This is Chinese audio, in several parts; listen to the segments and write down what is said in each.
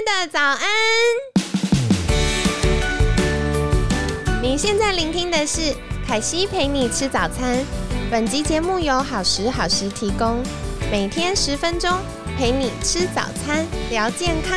的早安。你现在聆听的是凯西陪你吃早餐。本集节目由好时好时提供，每天10分钟，陪你吃早餐，聊健康。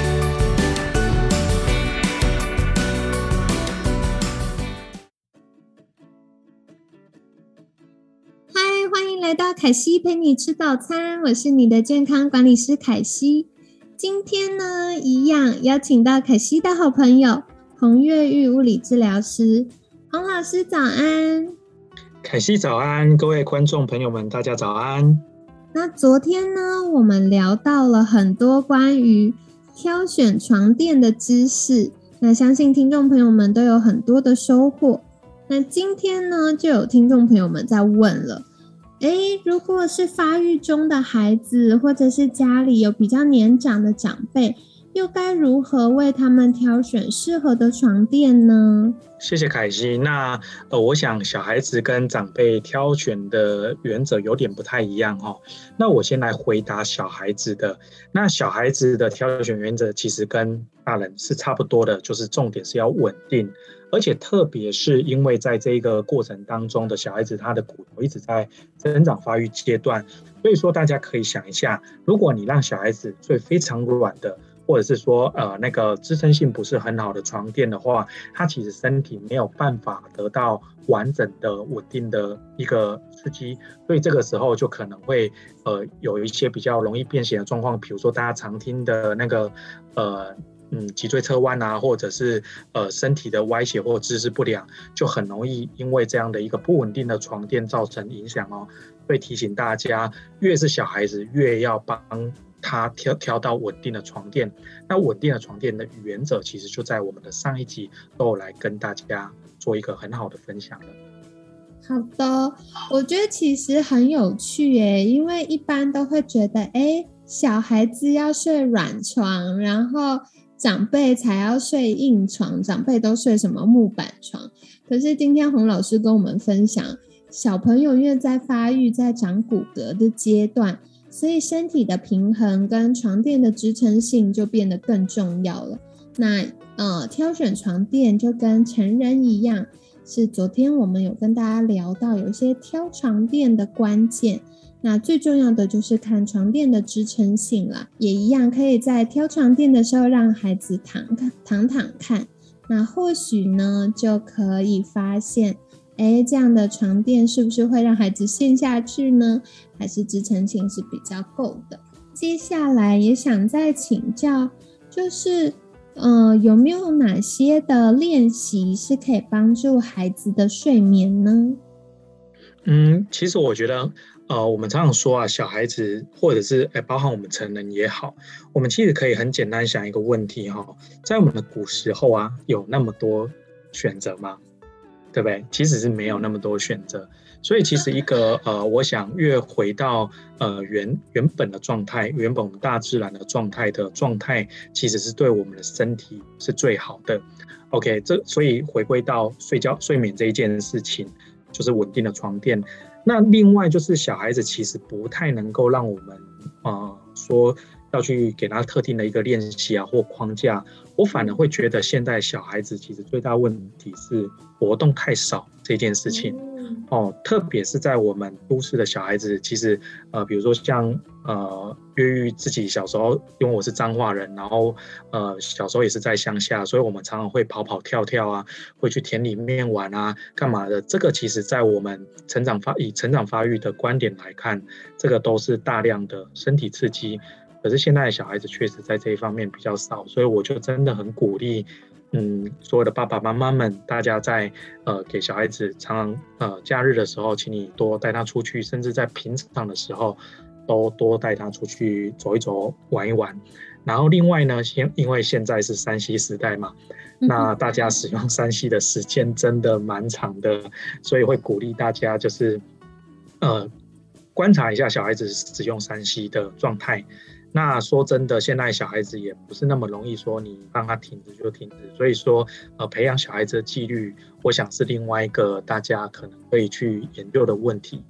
嗨，欢迎来到凯西陪你吃早餐，我是你的健康管理师凯西。今天呢，一样邀请到凯西的好朋友洪月玉物理治疗师。洪老师早安。 凯西早安，各位观众朋友们大家早安。 那昨天呢，我们聊到了很多关于挑选床垫的知识，那相信听众朋友们都有很多的收获。那今天呢，就有听众朋友们在问了，如果是发育中的孩子，或者是家里有比较年长的长辈，又该如何为他们挑选适合的床垫呢？ 谢谢凯西。那我想小孩子跟长辈挑选的原则有点不太一样哦。那我先来回答小孩子的。那小孩子的挑选原则其实跟大人是差不多的，就是重点是要稳定，而且特别是因为在这个过程当中的小孩子他的骨头一直在增长发育阶段，所以说大家可以想一下，如果你让小孩子睡非常软的，或者是说那个支撑性不是很好的床垫的话，它其实身体没有办法得到完整的稳定的一个刺激，所以这个时候就可能会有一些比较容易变形的状况，比如说大家常听的那个脊椎侧弯啊，或者是身体的歪斜或姿势不良，就很容易因为这样的一个不稳定的床垫造成影响哦。所以提醒大家，越是小孩子越要帮他挑到稳定的床垫。那稳定的床垫的原则其实就在我们的上一集都有来跟大家做一个很好的分享了。 好的，我觉得其实很有趣耶，因为一般都会觉得小孩子要睡软床，然后长辈才要睡硬床，长辈都睡什么木板床。可是今天洪老师跟我们分享，小朋友因为在发育在长骨骼的阶段，所以身体的平衡跟床垫的支撑性就变得更重要了。那挑选床垫就跟成人一样，是昨天我们有跟大家聊到有一些挑床垫的关键，那最重要的就是看床垫的支撑性啦，也一样可以在挑床垫的时候让孩子躺看，那或许呢就可以发现这样的床垫是不是会让孩子陷下去呢？还是支撑性是比较够的？接下来也想再请教，就是有没有哪些的练习是可以帮助孩子的睡眠呢？ 其实我觉得我们常常说啊，小孩子或者是包含我们成人也好，我们其实可以很简单想一个问题在我们的古时候啊，有那么多选择吗？对不对？其实是没有那么多选择，所以其实一个我想越回到原本的状态，原本我们大自然的状态，其实是对我们的身体是最好的。OK， 所以回归到睡眠这一件事情，就是稳定的床垫。那另外就是小孩子其实不太能够让我们说要去给他特定的一个练习啊或框架，我反而会觉得现在小孩子其实最大问题是活动太少这件事情特别是在我们都市的小孩子，其实比如说像月玉自己小时候，因为我是彰化人，然后小时候也是在乡下，所以我们常常会跑跳跳啊，会去田里面玩啊，干嘛的？这个其实在我们以成长发育的观点来看，这个都是大量的身体刺激。可是现在的小孩子确实在这一方面比较少，所以我就真的很鼓励所有的爸爸妈妈们，大家在给小孩子常常假日的时候，请你多带他出去，甚至在平常的时候都多带他出去走一走玩一玩。然后另外呢，因为现在是3C 时代嘛，那大家使用3C 的时间真的蛮长的，所以会鼓励大家就是观察一下小孩子使用3C 的状态。那说真的，现在小孩子也不是那么容易说你让他停止就停止，所以说培养小孩子的纪律，我想是另外一个大家可能可以去研究的问题。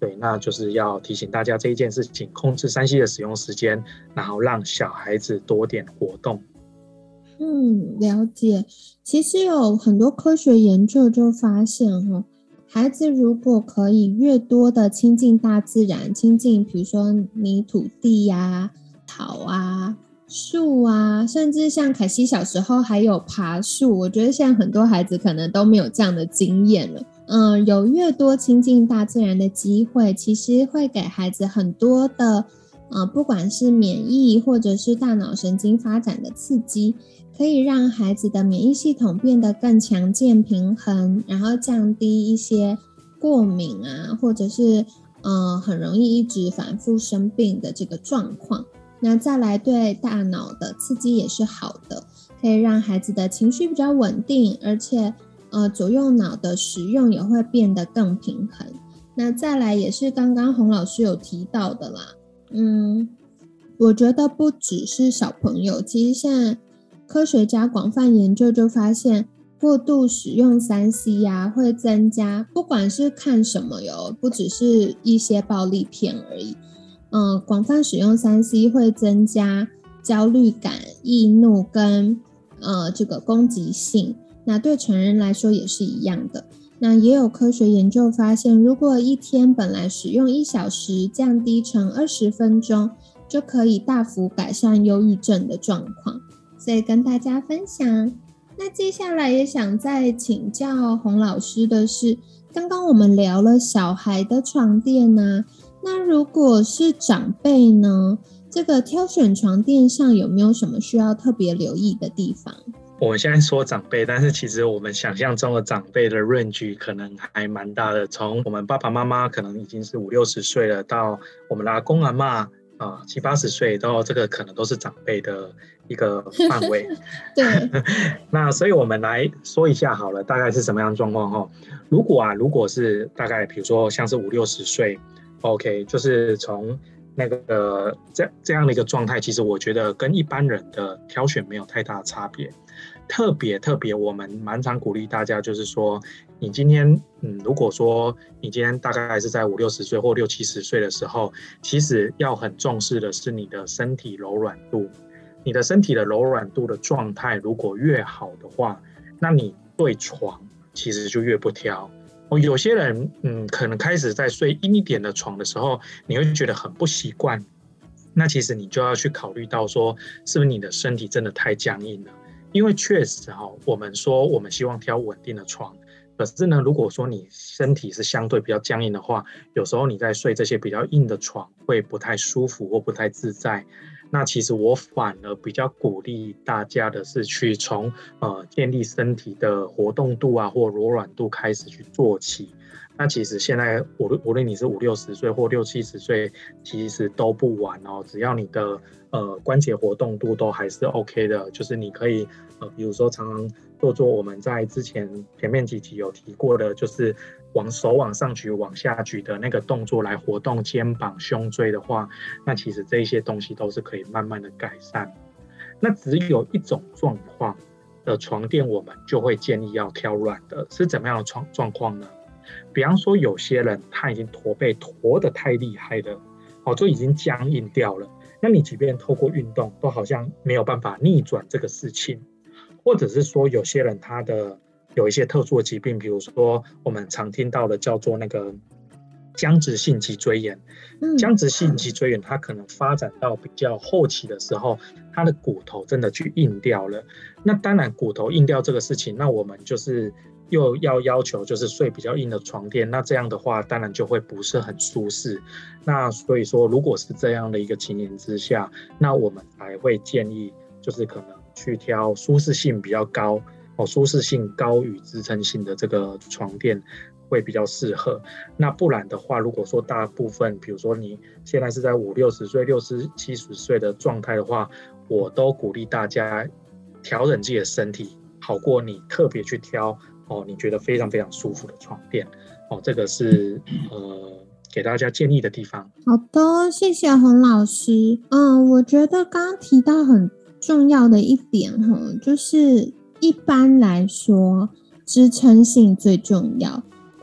对，那就是要提醒大家这一件事情，控制3C 的使用时间，然后让小孩子多点活动。 了解。其实有很多科学研究就发现孩子如果可以越多的亲近大自然，亲近比如说泥土地啊、草啊、树啊，甚至像凯西小时候还有爬树，我觉得现在很多孩子可能都没有这样的经验了。有越多亲近大自然的机会，其实会给孩子很多的不管是免疫或者是大脑神经发展的刺激，可以让孩子的免疫系统变得更强健平衡，然后降低一些过敏啊，或者是很容易一直反复生病的这个状况。那再来对大脑的刺激也是好的，可以让孩子的情绪比较稳定，而且左右脑的使用也会变得更平衡。那再来也是刚刚洪老师有提到的啦，我觉得不只是小朋友，其实现在科学家广泛研究就发现，过度使用3C 啊，会增加，不管是看什么不只是一些暴力片而已。广泛使用3C 会增加焦虑感、易怒跟这个攻击性。那对成人来说也是一样的。那也有科学研究发现，如果一天本来使用1小时，降低成20分钟，就可以大幅改善忧郁症的状况。所以跟大家分享。那接下来也想再请教洪老师的是，刚刚我们聊了小孩的床垫啊，那如果是长辈呢，这个挑选床垫上有没有什么需要特别留意的地方？ 我们现在说长辈，但是其实我们想象中的长辈的 range 可能还蛮大的，从我们爸爸妈妈可能已经是50-60岁了，到我们的阿公阿嬷70-80岁，到这个可能都是长辈的一个范围。 对， 那所以我们来说一下好了，大概是什么样的状况如果是大概比如说像是50-60岁 ，OK， 就是从那个这样的一个状态，其实我觉得跟一般人的挑选没有太大的差别。特别我们蛮常鼓励大家，就是说你今天如果说你今天大概是在50-60岁或60-70岁的时候，其实要很重视的是你的身体柔软度。你的身体的柔软度的状态如果越好的话，那你对床其实就越不挑。有些人可能开始在睡硬一点的床的时候，你会觉得很不习惯，那其实你就要去考虑到说，是不是你的身体真的太僵硬了。因为确实我们说我们希望挑稳定的床，可是呢，如果说你身体是相对比较僵硬的话，有时候你在睡这些比较硬的床会不太舒服或不太自在。那其实我反而比较鼓励大家的是去从建立身体的活动度啊或柔软度开始去做起。那其实现在无论你是50-60岁或60-70岁，其实都不晚只要你的关节活动度都还是 OK 的，就是你可以比如说常常做我们在之前前面几集有提过的，就是手往上举往下举的那个动作来活动肩膀胸椎的话，那其实这一些东西都是可以慢慢的改善。那只有一种状况的床垫我们就会建议要挑软的，是怎么样的状况呢？比方说有些人他已经驼背驼得太厉害了就已经僵硬掉了，那你即便透过运动都好像没有办法逆转这个事情。或者是说有些人他的有一些特殊的疾病，比如说我们常听到的叫做那个僵直性脊椎炎。僵直性脊椎炎它可能发展到比较后期的时候，它的骨头真的去硬掉了。那当然骨头硬掉这个事情，那我们就是又要求就是睡比较硬的床垫，那这样的话当然就会不是很舒适。那所以说如果是这样的一个情形之下，那我们才会建议就是可能去挑舒适性比较高舒适性高于支撑性的这个床垫会比较适合。那不然的话，如果说大部分比如说你现在是在50-60岁60-70岁的状态的话，我都鼓励大家调整自己的身体，好过你特别去挑你觉得非常非常舒服的床垫这个是给大家建议的地方。 好的，谢谢洪老师。我觉得刚刚提到很重要的一点就是一般来说支撑性最重要，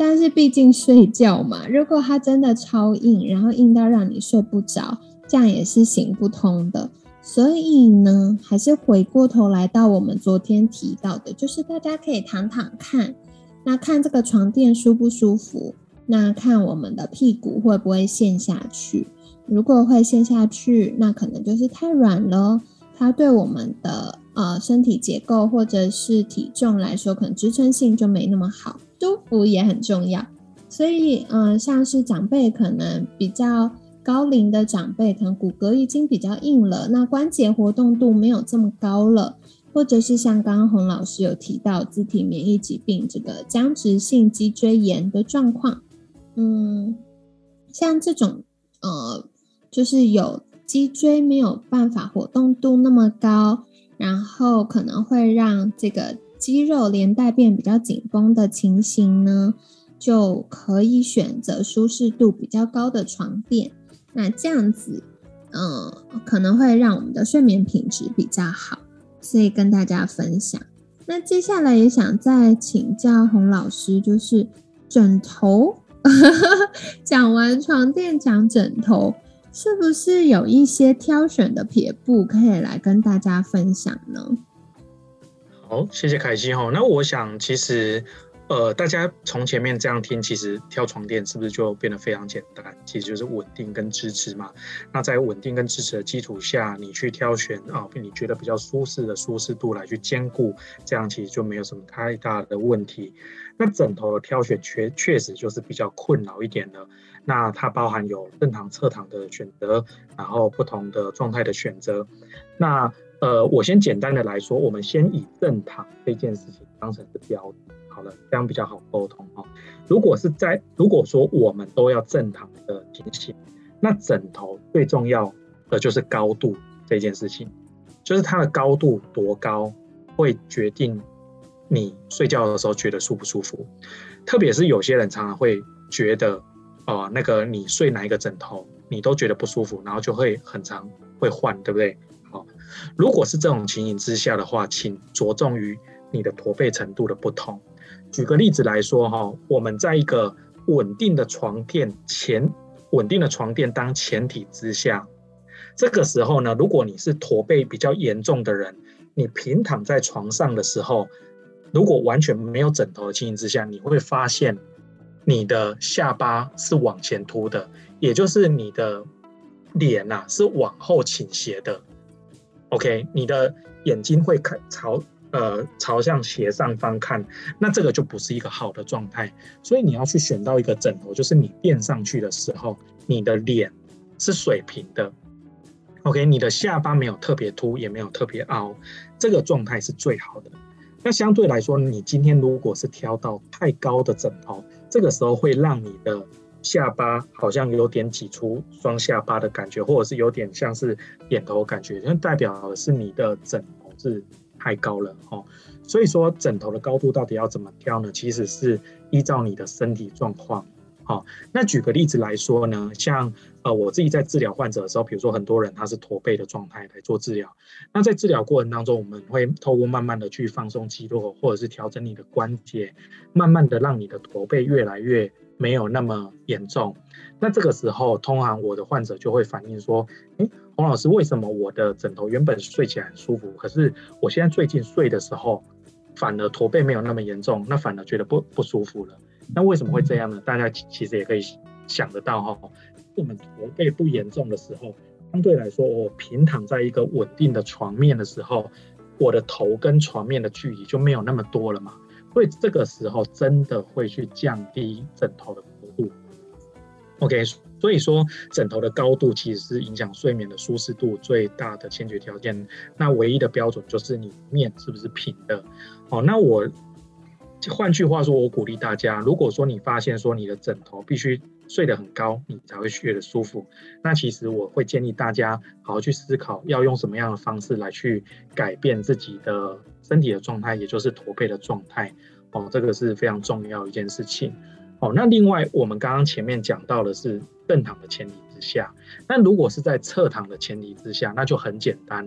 但是毕竟睡觉嘛，如果它真的超硬，然后硬到让你睡不着，这样也是行不通的。所以呢，还是回过头来到我们昨天提到的，就是大家可以躺躺看，那看这个床垫舒不舒服，那看我们的屁股会不会陷下去。如果会陷下去，那可能就是太软了，它对我们的身体结构或者是体重来说，可能支撑性就没那么好。舒服也很重要，所以像是长辈可能比较高龄的长辈，可能骨骼已经比较硬了，那关节活动度没有这么高了，或者是像刚刚洪老师有提到自体免疫疾病这个僵直性脊椎炎的状况，像这种就是有脊椎没有办法活动度那么高，然后可能会让这个肌肉连带变比较紧绷的情形呢，就可以选择舒适度比较高的床垫。那这样子可能会让我们的睡眠品质比较好，所以跟大家分享。那接下来也想再请教洪老师，就是枕头讲完床垫讲枕头，是不是有一些挑选的撇步可以来跟大家分享呢？ 好，谢谢凯西。那我想其实大家从前面这样听，其实挑床垫是不是就变得非常简单？其实就是稳定跟支持嘛。那在稳定跟支持的基础下，你去挑选你觉得比较舒适的舒适度来去兼顾，这样其实就没有什么太大的问题。那枕头的挑选确实就是比较困扰一点的。那它包含有正躺、侧躺的选择，然后不同的状态的选择。那我先简单的来说，我们先以正躺这件事情当成是标准。好了，这样比较好沟通。如果说我们都要正躺的情形，那枕头最重要的就是高度这件事情，就是它的高度多高会决定你睡觉的时候觉得舒不舒服。特别是有些人常常会觉得那个你睡哪一个枕头你都觉得不舒服，然后就会很常会换，对不对？好，如果是这种情形之下的话，请着重于你的驼背程度的不同。举个例子来说，我们在一个稳定的床垫当前提之下，这个时候呢，如果你是驼背比较严重的人，你平躺在床上的时候，如果完全没有枕头的情形之下，你会发现你的下巴是往前凸的，也就是你的脸是往后倾斜的。OK， 你的眼睛会朝向斜上方看，那这个就不是一个好的状态。所以你要去选到一个枕头，就是你垫上去的时候，你的脸是水平的。OK， 你的下巴没有特别凸，也没有特别凹，这个状态是最好的。那相对来说，你今天如果是挑到太高的枕头，这个时候会让你的下巴好像有点挤出双下巴的感觉，或者是有点像是点头感觉，就代表的是你的枕头是太高了。所以说枕头的高度到底要怎么挑呢？其实是依照你的身体状况。那举个例子来说呢，像我自己在治疗患者的时候，比如说很多人他是驼背的状态来做治疗，那在治疗过程当中，我们会透过慢慢的去放松肌肉，或者是调整你的关节，慢慢的让你的驼背越来越没有那么严重。那这个时候通常我的患者就会反映说，洪老师，为什么我的枕头原本睡起来很舒服，可是我现在最近睡的时候反而驼背没有那么严重，那反而觉得不舒服了。那为什么会这样呢？大家其实也可以想得到，我们驼背不严重的时候，相对来说我平躺在一个稳定的床面的时候，我的头跟床面的距离就没有那么多了嘛，所以这个时候真的会去降低枕头的高度。OK， 所以说枕头的高度其实是影响睡眠的舒适度最大的先决条件。那唯一的标准就是你面是不是平的。那换句话说，我鼓励大家，如果说你发现说你的枕头必须睡得很高，你才会觉得舒服，那其实我会建议大家好好去思考，要用什么样的方式来去改变自己的身体的状态，也就是驼背的状态。这个是非常重要的一件事情。那另外我们刚刚前面讲到的是正躺的前提之下，那如果是在侧躺的前提之下，那就很简单，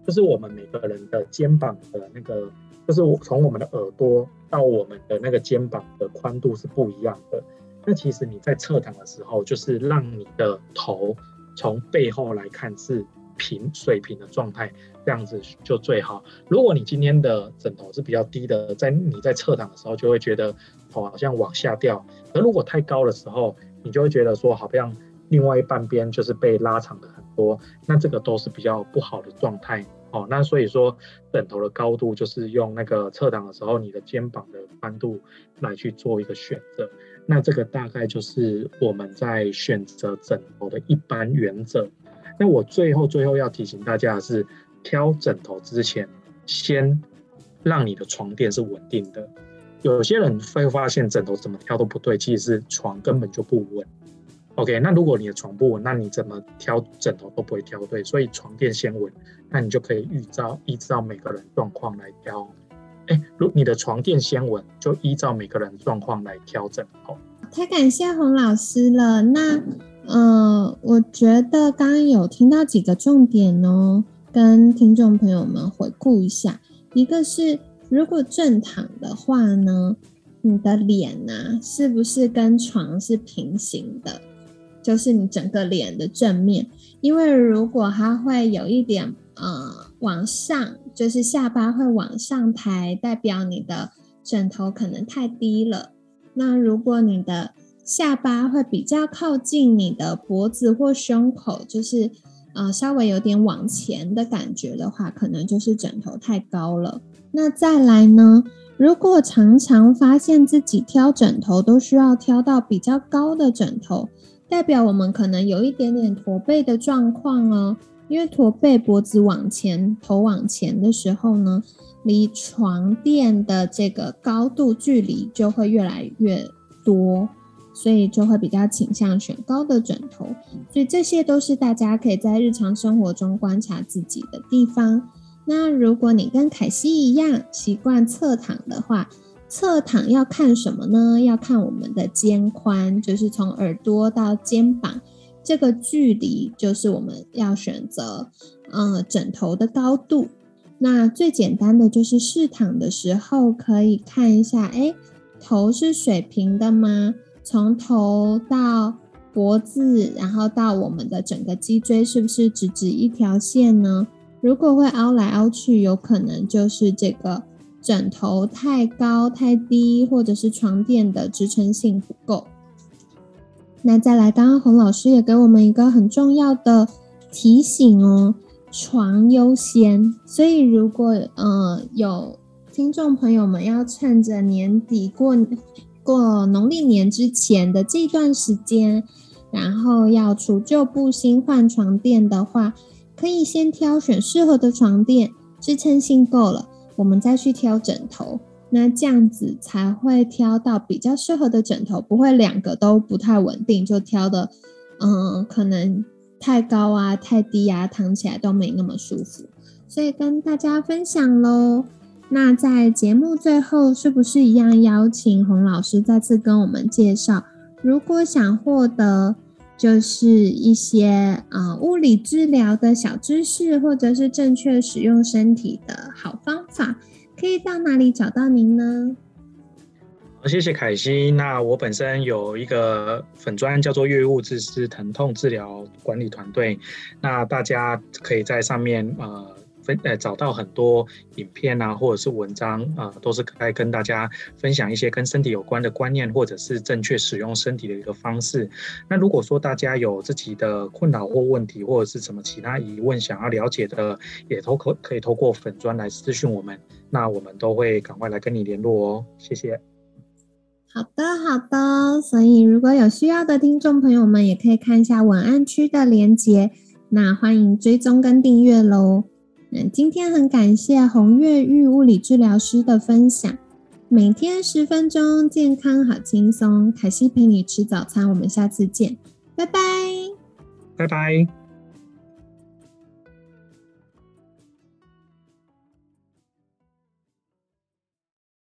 就是我们每个人的肩膀的那个，就是从我们的耳朵到我们的那个肩膀的宽度是不一样的。那其实你在侧躺的时候，就是让你的头从背后来看是水平的状态，这样子就最好。如果你今天的枕头是比较低的，你在侧躺的时候就会觉得头好像往下掉，而如果太高的时候，你就会觉得说好像另外一半边就是被拉长的很多，那这个都是比较不好的状态。那所以说枕头的高度就是用那个侧躺的时候你的肩膀的宽度来去做一个选择。那这个大概就是我们在选择枕头的一般原则。那我最后要提醒大家的是，挑枕头之前先让你的床垫是稳定的。有些人会发现枕头怎么挑都不对，其实是床根本就不稳。OK， 那如果你的床不稳，那你怎么挑枕头都不会挑对，所以床垫先稳，那你就可以依照每个人状况来挑。如果你的床垫先稳，就依照每个人状况来挑枕头。 太感谢洪老师了。那我觉得刚刚有听到几个重点哦，跟听众朋友们回顾一下。一个是，如果正躺的话呢，你的脸啊，是不是跟床是平行的？就是你整个脸的正面，因为如果它会有一点往上，就是下巴会往上抬，代表你的枕头可能太低了。那如果你的下巴会比较靠近你的脖子或胸口，就是稍微有点往前的感觉的话，可能就是枕头太高了。那再来呢，如果常常发现自己挑枕头都需要挑到比较高的枕头，代表我们可能有一点点驼背的状况哦。因为驼背，脖子往前，头往前的时候呢，离床垫的这个高度距离就会越来越多，所以就会比较倾向选高的枕头。所以这些都是大家可以在日常生活中观察自己的地方。那如果你跟凯西一样习惯侧躺的话，侧躺要看什么呢？要看我们的肩宽，就是从耳朵到肩膀这个距离，就是我们要选择枕头的高度。那最简单的就是试躺的时候可以看一下，头是水平的吗？从头到脖子，然后到我们的整个脊椎是不是直直一条线呢？如果会凹来凹去，有可能就是这个枕头太高太低，或者是床垫的支撑性不够。那再来，刚刚洪老师也给我们一个很重要的提醒哦，床优先。所以如果有听众朋友们要趁着年底过农历年之前的这段时间，然后要除旧布新换床垫的话，可以先挑选适合的床垫，支撑性够了，我们再去挑枕头。那这样子才会挑到比较适合的枕头，不会两个都不太稳定，就挑的可能太高啊太低啊，躺起来都没那么舒服。所以跟大家分享咯。那在节目最后，是不是一样邀请洪老师再次跟我们介绍，如果想获得就是一些物理治疗的小知识，或者是正确使用身体的好方法，可以到哪里找到您呢？ 谢谢凯西。那我本身有一个粉专叫做悦物治师疼痛治疗管理团队，那大家可以在上面找到很多影片啊，或者是文章都是在跟大家分享一些跟身体有关的观念，或者是正确使用身体的一个方式。那如果说大家有自己的困扰或问题，或者是什么其他疑问想要了解的，也都可以透过粉专来私讯我们，那我们都会赶快来跟你联络哦。谢谢。 好的，所以如果有需要的听众朋友们，也可以看一下文案区的连结，那欢迎追踪跟订阅咯。今天很感谢洪月玉物理治疗师的分享，每天10分钟，健康好轻松，凯西陪你吃早餐，我们下次见，拜拜。 拜拜。